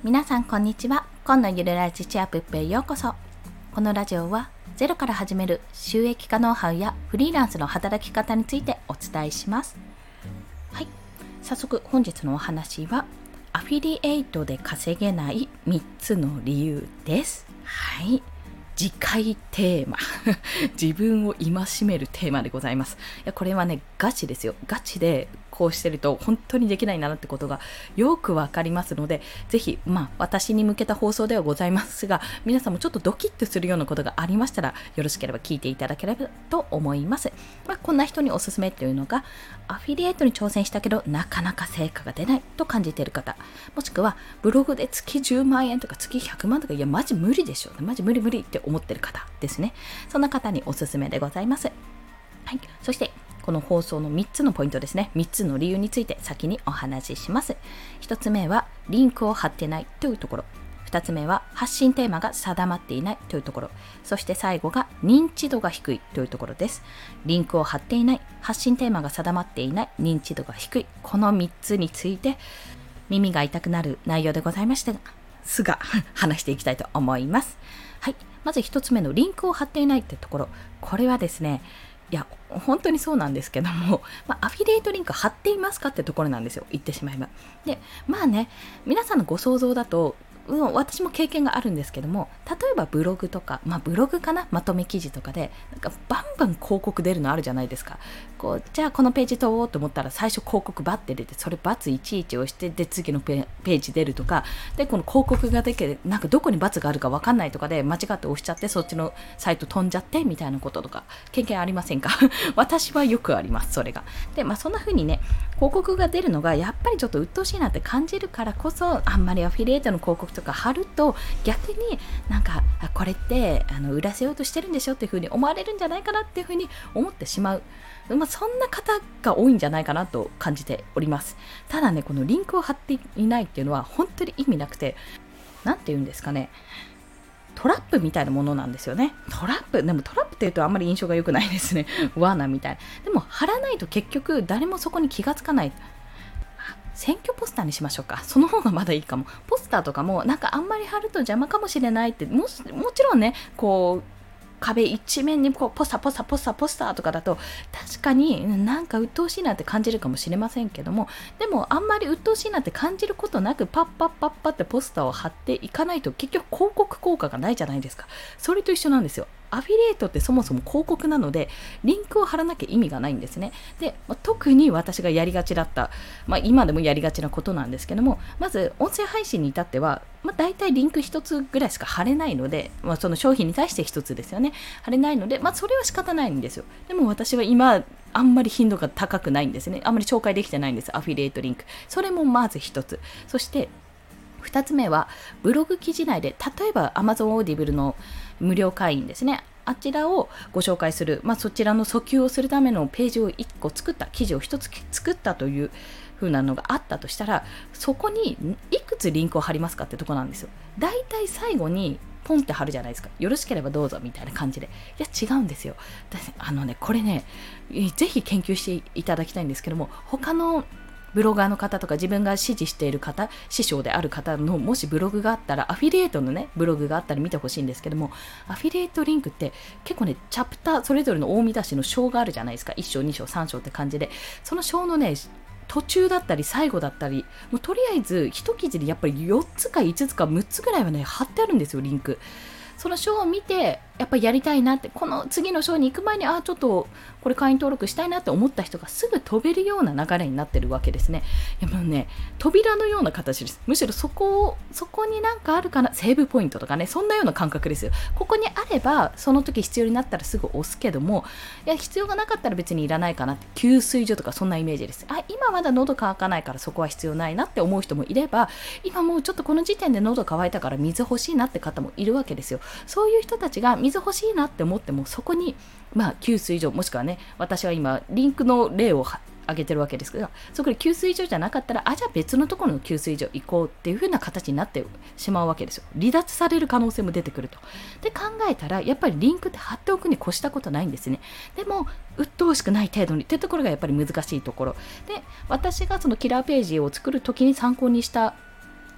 皆さんこんにちは。今のゆるラジチアップへようこそ。このラジオはゼロから始める収益化ノウハウやフリーランスの働き方についてお伝えします。はい、早速本日のお話はアフィリエイトで稼げない3つの理由です。はい、次回テーマ自分を戒めるテーマでございます。これはね、ガチですよ。ガチでこうしてると本当にできないんだなってことがよくわかりますので、ぜひ私に向けた放送ではございますが、皆さんもちょっとドキッとするようなことがありましたら、よろしければ聞いていただければと思います。こんな人におすすめというのが、アフィリエイトに挑戦したけどなかなか成果が出ないと感じている方、もしくはブログで月10万円とか月100万とか、いやマジ無理でしょ、マジ無理って思ってる方ですね。そんな方におすすめでございます。はい、そしてこの放送の3つのポイントですね。3つの理由について先にお話しします。1つ目はリンクを貼ってないというところ。2つ目は発信テーマが定まっていないというところ。そして最後が認知度が低いというところです。リンクを貼っていない、発信テーマが定まっていない、認知度が低い。この3つについて耳が痛くなる内容でございましたが話していきたいと思います。はい、まず1つ目のリンクを貼っていないってところ。これはですね、いや本当にそうなんですけども、アフィリエイトリンク貼っていますかってところなんですよ、言ってしまえば。で皆さんのご想像だと、私も経験があるんですけども、例えばブログとか、ブログかな、まとめ記事とかでなんかバンバン広告出るのあるじゃないですか。じゃあこのページ通おうと思ったら最初広告バッて出て、それバツいちいち押して、で次のページ出るとかで、この広告が出てなんかどこにバツがあるか分かんないとかで間違って押しちゃって、そっちのサイト飛んじゃってみたいなこととか経験ありませんか？私はよくあります、それが。でそんな風にね、広告が出るのがやっぱりちょっと鬱陶しいなって感じるからこそ、あんまりアフィリエイトの広告とか貼ると逆になんかこれって売らせようとしてるんでしょっていう風に思われるんじゃないかなっていう風に思ってしまう、そんな方が多いんじゃないかなと感じております。ただね、このリンクを貼っていないっていうのは本当に意味なくて、なんて言うんですかね、トラップみたいなものなんですよね。でもトラップって言うとあんまり印象が良くないですね。罠みたいな。でも貼らないと結局誰もそこに気がつかない。選挙ポスターにしましょうか。その方がまだいいかも。ポスターとかもなんかあんまり貼ると邪魔かもしれないって、もちろんね、壁一面にポスターとかだと確かになんか鬱陶しいなって感じるかもしれませんけども、でもあんまり鬱陶しいなって感じることなくパッってポスターを貼っていかないと結局広告効果がないじゃないですか。それと一緒なんですよ。アフィリエイトってそもそも広告なので、リンクを貼らなきゃ意味がないんですね。で、特に私がやりがちだった、今でもやりがちなことなんですけども、まず音声配信に至っては、だいたいリンク一つぐらいしか貼れないので、その商品に対して一つですよね、貼れないので、それは仕方ないんですよ。でも私は今あんまり頻度が高くないんですね。あんまり紹介できてないんです、アフィリエイトリンク。それもまず一つ。そして2つ目はブログ記事内で、例えば Amazon Audible の無料会員ですね、あちらをご紹介する、そちらの訴求をするためのページを1個作った、記事を1つ作ったという風なのがあったとしたら、そこにいくつリンクを貼りますかってとこなんですよ。だいたい最後にポンって貼るじゃないですか。よろしければどうぞみたいな感じで。いや違うんですよ。これね、ぜひ研究していただきたいんですけども、他のブロガーの方とか自分が支持している方、師匠である方のもしブログがあったら、アフィリエイトのねブログがあったら見てほしいんですけども、アフィリエイトリンクって結構ね、チャプターそれぞれの大見出しの章があるじゃないですか。1章2章3章って感じで、その章のね途中だったり最後だったり、もうとりあえず一記事でやっぱり4つか5つか6つぐらいはね貼ってあるんですよ、リンク。その章を見てやっぱりやりたいなって、この次の章に行く前にちょっとこれ会員登録したいなって思った人がすぐ飛べるような流れになってるわけですね。いやもうね、扉のような形です。むしろそこになんかあるかな、セーブポイントとかね、そんなような感覚ですよ。ここにあればその時必要になったらすぐ押すけども、いや必要がなかったら別にいらないかなって、給水所とかそんなイメージです。今まだ喉乾かないからそこは必要ないなって思う人もいれば、今もうちょっとこの時点で喉乾いたから水欲しいなって方もいるわけですよ。そういう人たちが水欲しいなって思っても、そこに給水所、もしくはね、私は今リンクの例を挙げてるわけですが、そこで給水所じゃなかったら、じゃあ別のところの給水所行こうっていう風な形になってしまうわけですよ。離脱される可能性も出てくると。で考えたら、やっぱりリンクって貼っておくに越したことないんですね。でも鬱陶しくない程度にっていうところがやっぱり難しいところで、私がそのキラーページを作る時に参考にした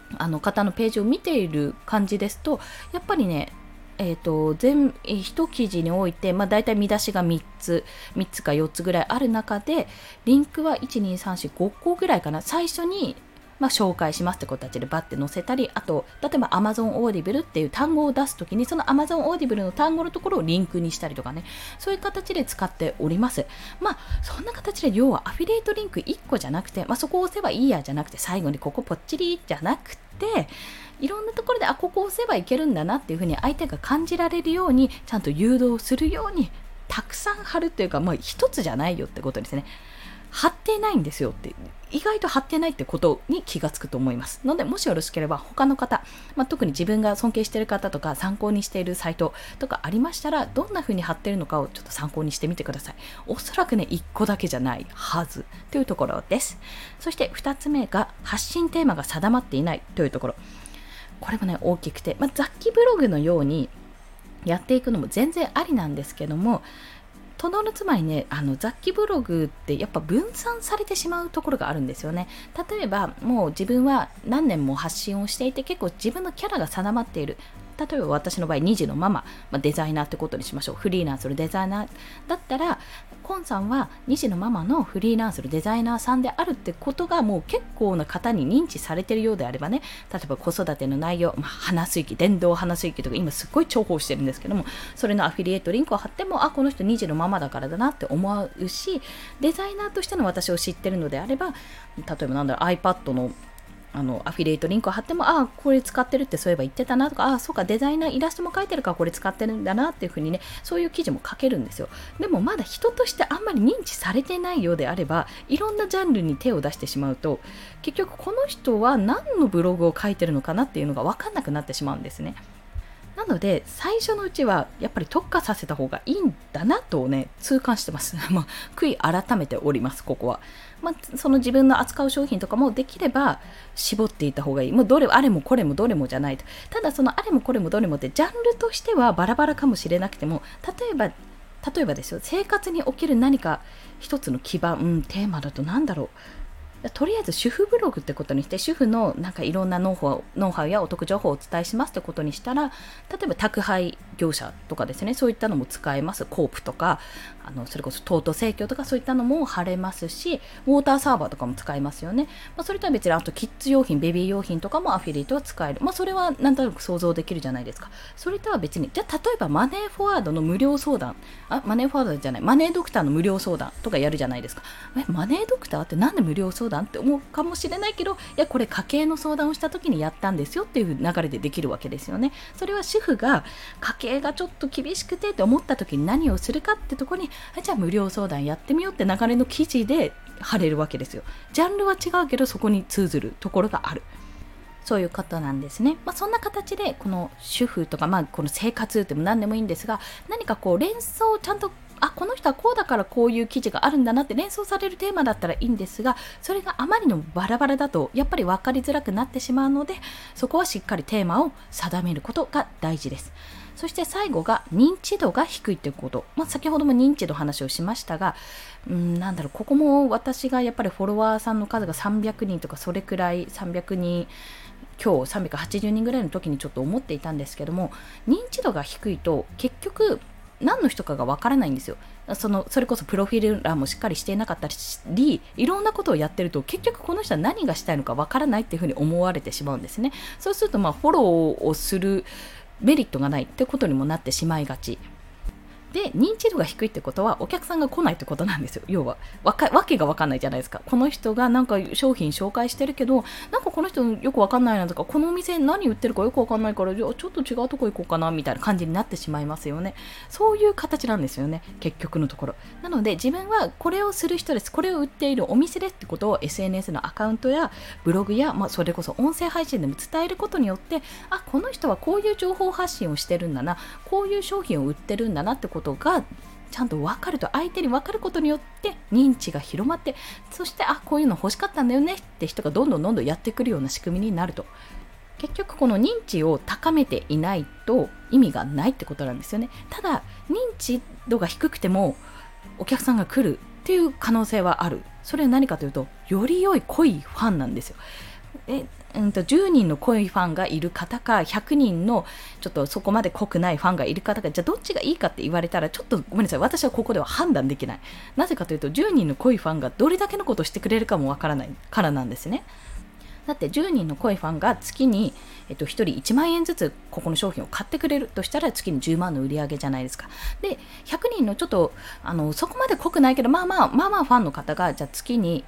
方のページを見ている感じですと、やっぱりね、一記事において、だいたい見出しが3つか4つぐらいある中で、リンクは1、2、3、4、5個ぐらいかな。最初に紹介しますって形でバッて載せたり、あと例えば Amazon Audible っていう単語を出すときに、その Amazon Audible の単語のところをリンクにしたりとかね、そういう形で使っております。そんな形で、要はアフィリエイトリンク1個じゃなくて、そこを押せばいいやじゃなくて、最後にここポッチリじゃなくて、いろんなところでここを押せばいけるんだなっていうふうに相手が感じられるように、ちゃんと誘導するようにたくさん貼るっていうか、一つじゃないよってことですね。貼ってないんですよって、意外と貼ってないってことに気がつくと思いますので、もしよろしければ他の方、特に自分が尊敬している方とか参考にしているサイトとかありましたら、どんな風に貼っているのかをちょっと参考にしてみてください。おそらくね、1個だけじゃないはずというところです。そして2つ目が、発信テーマが定まっていないというところ。これもね、大きくて、雑記ブログのようにやっていくのも全然ありなんですけども、とどのつまりね、雑記ブログってやっぱ分散されてしまうところがあるんですよね。例えばもう自分は何年も発信をしていて、結構自分のキャラが定まっている。例えば私の場合2児のママ、デザイナーってことにしましょう。フリーランスのデザイナーだったら、コンさんは2児のママのフリーランスのデザイナーさんであるってことがもう結構な方に認知されているようであればね、例えば子育ての内容、花水器、電動花水器とか今すっごい重宝してるんですけども、それのアフィリエイトリンクを貼っても、この人2児のママだからだなって思うし、デザイナーとしての私を知ってるのであれば、例えばiPad のアフィリエイトリンクを貼っても、これ使ってるってそういえば言ってたなとか、そうか、デザイナーイラストも描いてるからこれ使ってるんだなっていう風にね、そういう記事も書けるんですよ。でもまだ人としてあんまり認知されてないようであれば、いろんなジャンルに手を出してしまうと、結局この人は何のブログを書いてるのかなっていうのが分かんなくなってしまうんですね。なので最初のうちはやっぱり特化させた方がいいんだなとね、痛感してます悔い改めております。ここはその自分の扱う商品とかもできれば絞っていた方がいい。もうあれもこれもどれもじゃないと。ただそのあれもこれもどれもってジャンルとしてはバラバラかもしれなくても、例えばですよ、生活における何か一つの基盤、テーマだとなんだろう、とりあえず主婦ブログってことにして、主婦のいろんなノウハウやお得情報をお伝えしますってことにしたら、例えば宅配業者とかですね、そういったのも使えます。コープとかそれこそトート生協とか、そういったのも貼れますし、ウォーターサーバーとかも使えますよね。それとは別にあとキッズ用品、ベビー用品とかもアフィリエイトは使える。それはなんとなく想像できるじゃないですか。それとは別に、じゃあ例えばマネーフォワードの無料相談、マネーフォワードじゃない、マネードクターの無料相談とかやるじゃないですか。マネードクターってなんで無料相談って思うかもしれないけど、いやこれ家計の相談をした時にやったんですよっていう流れでできるわけですよね。それは主婦が家計がちょっと厳しくてって思った時に何をするかってところに、じゃあ無料相談やってみようって流れの記事で貼れるわけですよ。ジャンルは違うけどそこに通ずるところがある。そういう方なんですね。そんな形でこの主婦とか、この生活っても何でもいいんですが、何か連想をちゃんとこの人はこうだからこういう記事があるんだなって連想されるテーマだったらいいんですが、それがあまりのバラバラだとやっぱり分かりづらくなってしまうので、そこはしっかりテーマを定めることが大事です。そして最後が認知度が低いということ。先ほども認知度話をしましたが、ここも私がやっぱりフォロワーさんの数が300人とかそれくらい、300人今日380人ぐらいの時にちょっと思っていたんですけども、認知度が低いと結局何の人かがわからないんですよ。それこそプロフィール欄もしっかりしていなかったり、いろんなことをやってると結局この人は何がしたいのかわからないっていうふうに思われてしまうんですね。そうするとフォローをするメリットがないってことにもなってしまいがちで、認知度が低いってことはお客さんが来ないってことなんですよ。要はわけが分かんないじゃないですか。この人が商品紹介してるけど、この人よく分かんないなとか、このお店何売ってるかよく分かんないから、ちょっと違うとこ行こうかなみたいな感じになってしまいますよね。そういう形なんですよね、結局のところ。なので自分はこれをする人です、これを売っているお店ですってことを SNS のアカウントやブログや、それこそ音声配信でも伝えることによって、この人はこういう情報発信をしてるんだな、こういう商品を売ってるんだなってことがちゃんと分かると、相手に分かることによって認知が広まって、そしてこういうの欲しかったんだよねって人がどんどんやってくるような仕組みになると、結局この認知を高めていないと意味がないってことなんですよね。ただ認知度が低くてもお客さんが来るっていう可能性はある。それは何かというと、より良い濃いファンなんですよ。 10人の濃いファンがいる方か、100人のちょっとそこまで濃くないファンがいる方か、じゃあどっちがいいかって言われたら、ちょっとごめんなさい、私はここでは判断できない。なぜかというと、10人の濃いファンがどれだけのことをしてくれるかもわからないからなんですね。だって10人の濃いファンが月に、1人1万円ずつここの商品を買ってくれるとしたら月に10万の売り上げじゃないですか。で、100人のちょっとそこまで濃くないけど、まあまあファンの方がじゃあ月に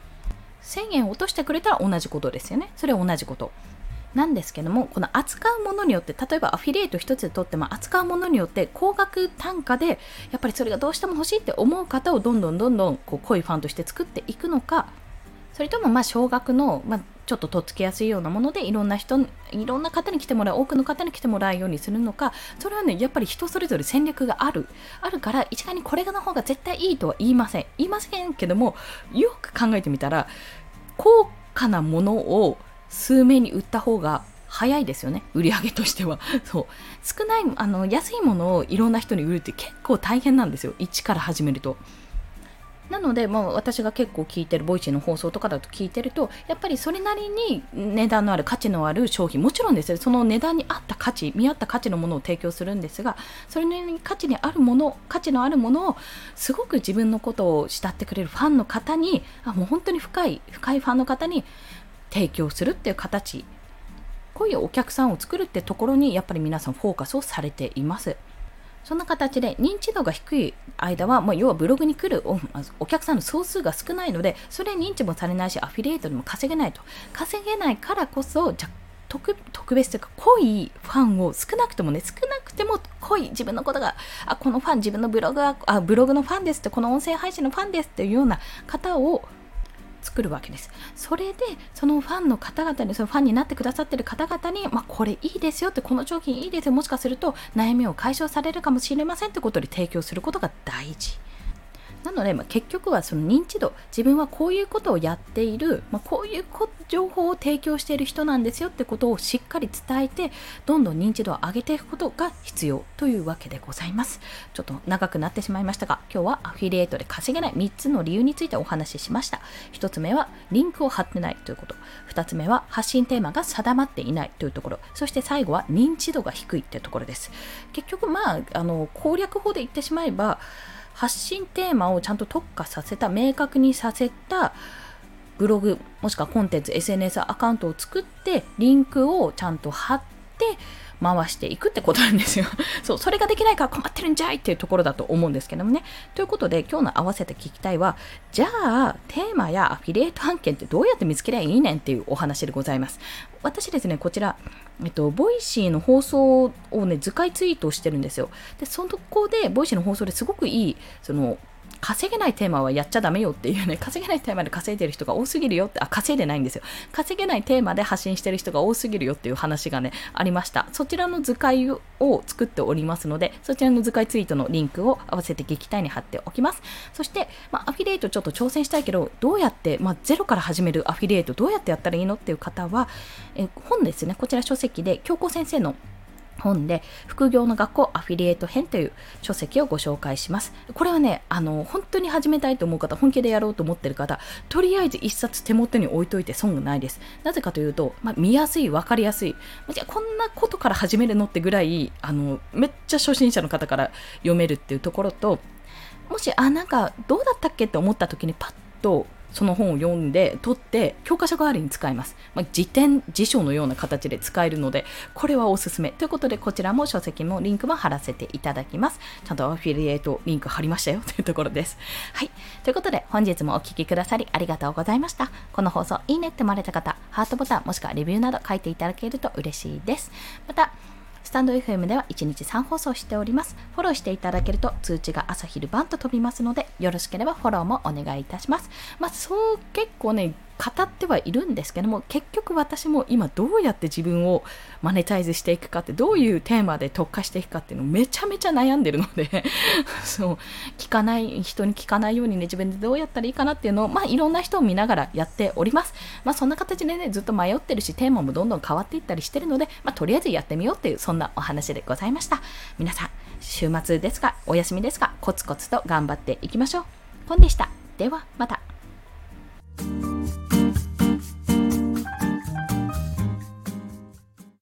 1000円落としてくれたら同じことですよね。それは同じことなんですけども、この扱うものによって、例えばアフィリエイト一つでとっても扱うものによって高額単価でやっぱりそれがどうしても欲しいって思う方をどんどんこう濃いファンとして作っていくのか、それとも少額の、ちょっととっつきやすいようなものでいろんな方に来てもらう、多くの方に来てもらうようにするのか、それはね、やっぱり人それぞれ戦略があるから一概にこれの方が絶対いいとは言いませんけども、よく考えてみたら高価なものを数名に売った方が早いですよね、売り上げとしては。そう少ない安いものをいろんな人に売るって結構大変なんですよ、一から始めると。なので、私が結構聞いてるボイシーの放送とかだと聞いてると、やっぱりそれなりに値段のある価値のある商品、もちろんですよ、その値段に合った価値、見合った価値のものを提供するんですが、それなりに価値のあるものをすごく自分のことを慕ってくれるファンの方に、もう本当に深いファンの方に提供するっていう形、こういうお客さんを作るってところにやっぱり皆さんフォーカスをされています。そんな形で認知度が低い間は、要はブログに来るお客さんの総数が少ないので、それ認知もされないし、アフィリエイトでも稼げないからこそ、じゃ特別というか濃いファンを少なくても濃い自分のことが、このファン自分のブログのファンですって、この音声配信のファンですっていうような方を作るわけです。それでそのファンの方々に、そのファンになってくださっている方々に、これいいですよって、この商品いいですよ、もしかすると悩みを解消されるかもしれませんってことで提供することが大事なので、結局はその認知度、自分はこういうことをやっている、こういう情報を提供している人なんですよってことをしっかり伝えて、どんどん認知度を上げていくことが必要というわけでございます。ちょっと長くなってしまいましたが、今日はアフィリエイトで稼げない3つの理由についてお話ししました。1つ目はリンクを貼ってないということ、2つ目は発信テーマが定まっていないというところ、そして最後は認知度が低いというところです。結局攻略法で言ってしまえば、発信テーマをちゃんと特化させた、明確にさせたブログもしくはコンテンツ SNS アカウントを作って、リンクをちゃんと貼って回していくってことなんですよ。それができないから困ってるんじゃいっていうところだと思うんですけどもね。ということで今日の合わせて聞きたいは、じゃあテーマやアフィリエイト案件ってどうやって見つけりゃいいねんっていうお話でございます。私ですね、こちらボイシーの放送をね、図解ツイートをしてるんですよ。で、そこでボイシーの放送ですごくいい、稼げないテーマはやっちゃダメよっていうね、稼げないテーマで稼いでる人が多すぎるよって、稼いでないんですよ。稼げないテーマで発信してる人が多すぎるよっていう話がね、ありました。そちらの図解を作っておりますので、そちらの図解ツイートのリンクを合わせて聞きたいに貼っておきます。そして、アフィリエイトちょっと挑戦したいけど、どうやって、ゼロから始めるアフィリエイトどうやってやったらいいのっていう方は、本ですね、こちら書籍で京子先生の本で副業の学校アフィリエイト編という書籍をご紹介します。これはね、本当に始めたいと思う方、本気でやろうと思ってる方、とりあえず一冊手元に置いといて損がないです。なぜかというと、見やすい、わかりやすい、じゃあこんなことから始めるのってぐらいめっちゃ初心者の方から読めるっていうところと、もしなんかどうだったっけって思った時にパッとその本を読んで取って教科書代わりに使います。辞書のような形で使えるので、これはおすすめということで、こちらも書籍もリンクも貼らせていただきます。ちゃんとアフィリエイトリンク貼りましたよというところです。はい、ということで本日もお聞きくださりありがとうございました。この放送いいねって思われた方、ハートボタンもしくはレビューなど書いていただけると嬉しいです。またスタンド FM では1日3放送しております。フォローしていただけると通知が朝昼晩と飛びますので、よろしければフォローもお願いいたします。結構ね、語ってはいるんですけども、結局私も今どうやって自分をマネタイズしていくかって、どういうテーマで特化していくかっていうのをめちゃめちゃ悩んでるので人に聞かないようにね、自分でどうやったらいいかなっていうのをいろんな人を見ながらやっております。そんな形でね、ずっと迷ってるし、テーマもどんどん変わっていったりしてるので、とりあえずやってみようっていう、そんなお話でございました。皆さん週末ですがお休みですが、コツコツと頑張っていきましょう。ポンでした。ではまた。